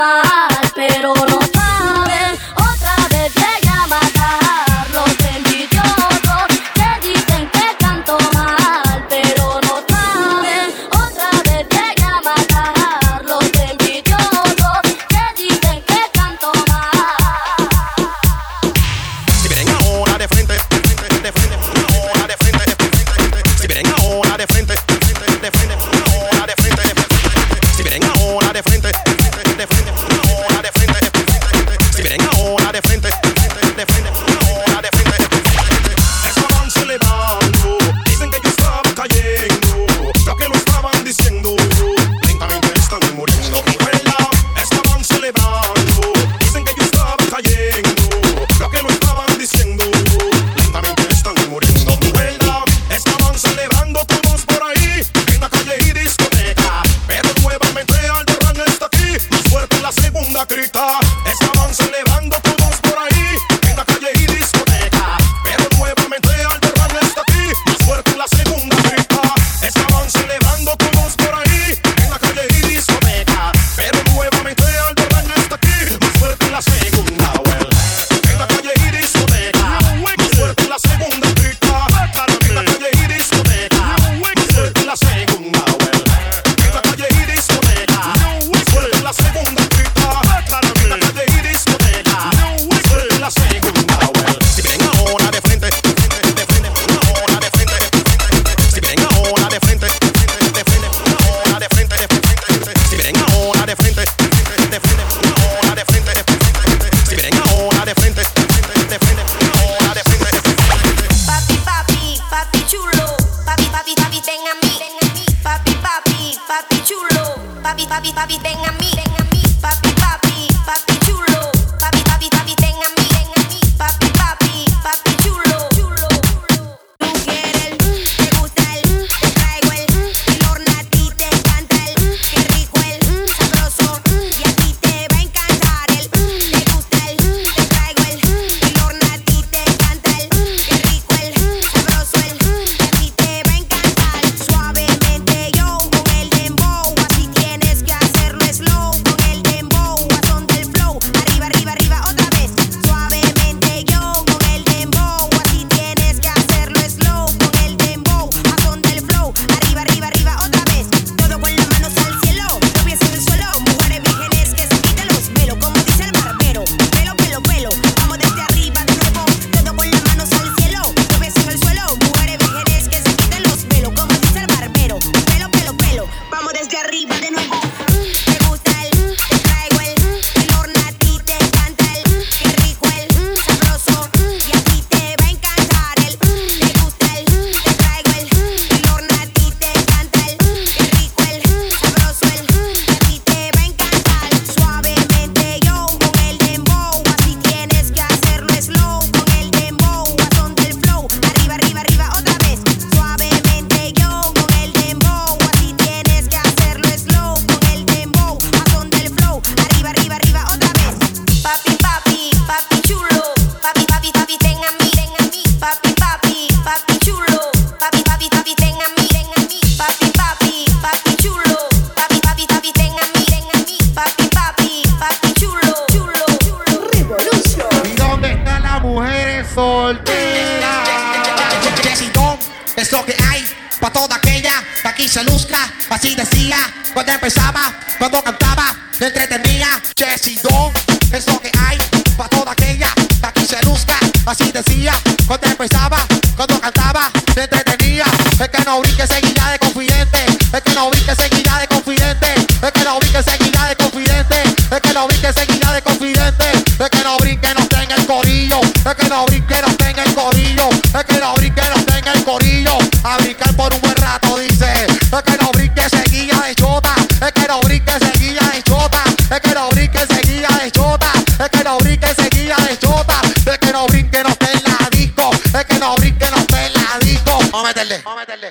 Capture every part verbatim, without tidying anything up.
mal, pero no saben. Otra vez llegué a matar los envidiosos que dicen que canto mal, pero no saben. Otra vez llegué a matar los envidiosos que dicen que canto mal. Si vienen ahora de frente, de frente, de frente, ahora de frente, de frente, si vienen ahora de frente, de frente, de frente, ahora de frente, de frente, si vienen ahora de frente, de frente, de frente, ahora de frente, de frente, si vienen ahora de frente, de frente, de frente, ahora de frente, de frente. Estaban celebrando, dicen que yo estaba cayendo, ya que lo estaban diciendo, lentamente están muriendo. Recuerda, estaban celebrando, dicen que yo estaba cayendo, ya que lo estaban diciendo, lentamente están muriendo. Recuerda, estaban celebrando todos por ahí, en la calle y discoteca, pero nuevamente Aldebarán está aquí, más fuerte en la segunda grita. Estaban celebrando todos por ahí, en la calle y discoteca, pero nuevamente Aldebarán está aquí, más fuerte en la segunda grita. Estaban celebrando todos por ahí, en la calle y discoteca, pero nuevamente Aldebarán está aquí, más fuerte en la segunda. Well, en la calle y discoteca, más fuerte en la segunda grita. En la calle y discoteca, más fuerte en la segunda. Well, en la calle y discoteca, más fuerte en la segunda grita. En la calle y discoteca, más fuerte en la segunda. Well, Si vienen ahora de frente, de frente, de frente, ahora de frente, de frente, si vienen ahora de frente, de frente, de frente, ahora de frente, de frente, si vienen ahora de frente, de frente, de frente, ahora de frente, de frente, si vienen ahora de frente, de frente, de frente, ahora de frente, de frente. Papi, papi, papi chulo, papi, papi, papi, ven a mí, papi, papi, papi chulo, papi, papi, papi, ven a mí, papi, papi, papi chulo, papi, papi, papi, ven a mí, papi, papi, papi chulo, chulo. Tú quieres el, te gusta el, te traigo el, el horno a ti te encanta el, qué rico el, sabroso, y a ti te va a encantar el, te gusta el, te traigo el, el horno a ti te encanta el, qué rico el, sabroso el, y a ti te va a encantar. Suavemente yo con el dembow, así tienes que hacerlo slow, con el dembow, a son del flow, arriba, arriba, arriba, otra vez. Suavemente yo con el dembow, así tienes que hacerlo slow, con el dembow, a son del flow, arriba, arriba, arriba, otra vez. Todo con las manos al cielo, los pies en el suelo, mujeres vírgenes que se quiten los velos, como dice el barbero, pelo, pelo, pelo, vamos desde arriba de nuevo, todo con las manos al cielo, los pies en el suelo, mujeres vírgenes que se quiten los velos, como dice el barbero, pelo, pelo, pelo, vamos desde arriba de nuevo. Te gusta el, te traigo el, el horno a ti te encanta el, qué rico el, sabroso, y a ti te va a encantar el, te gusta el, te traigo el, el horno a ti te encanta el, qué rico el, sabroso el, y a ti te va a encantar. Suavemente yo con el dembow, así tienes que hacerlo slow, con el dembow, a son del flow, arriba, arriba, arriba, otra vez. Suavemente yo con el dembow, así tienes que hacerlo slow, con el dembow, a son del flow, arriba, arriba, arriba, otra vez. Papi, papi, papi chulo, papi, papi, papi, ven a mí, papi, papi, papi chulo, papi, papi, papi, ven a mí, papi, papi, papi chulo, papi, papi, papi, ven a mí, papi, papi, papi chulo, chulo, chulo. ¿Y dónde están las mujeres solteras? Yesidón es lo que hay pa' toda aquella que aquí se luzca. Así decía cuando empezaba, cuando cantaba, me entretenía. Yesidón es lo que hay pa' toda aquella que aquí se luzca. Así decía cuando empezaba, cuando cantaba, me entretenía. Es que no brinque seguida de confidente, es que no brinque seguida de confidente, es que no brinque seguida de confidente, es que no brinque seguida de confidente, es que no brinque no tenga el corillo, es que no brinque no tenga el corillo, es que no brinque no tenga el corillo, a brincar por un buen rato dice, es que no brinque seguida de chota, es que no brinque seguida de chota, es que no brinque seguida de chota, es que no brinque seguida de chota, es que no brinque no esté en la disco, es que no brinque no esté en la disco. Vamos a meterle, vamos a meterle.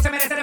se merece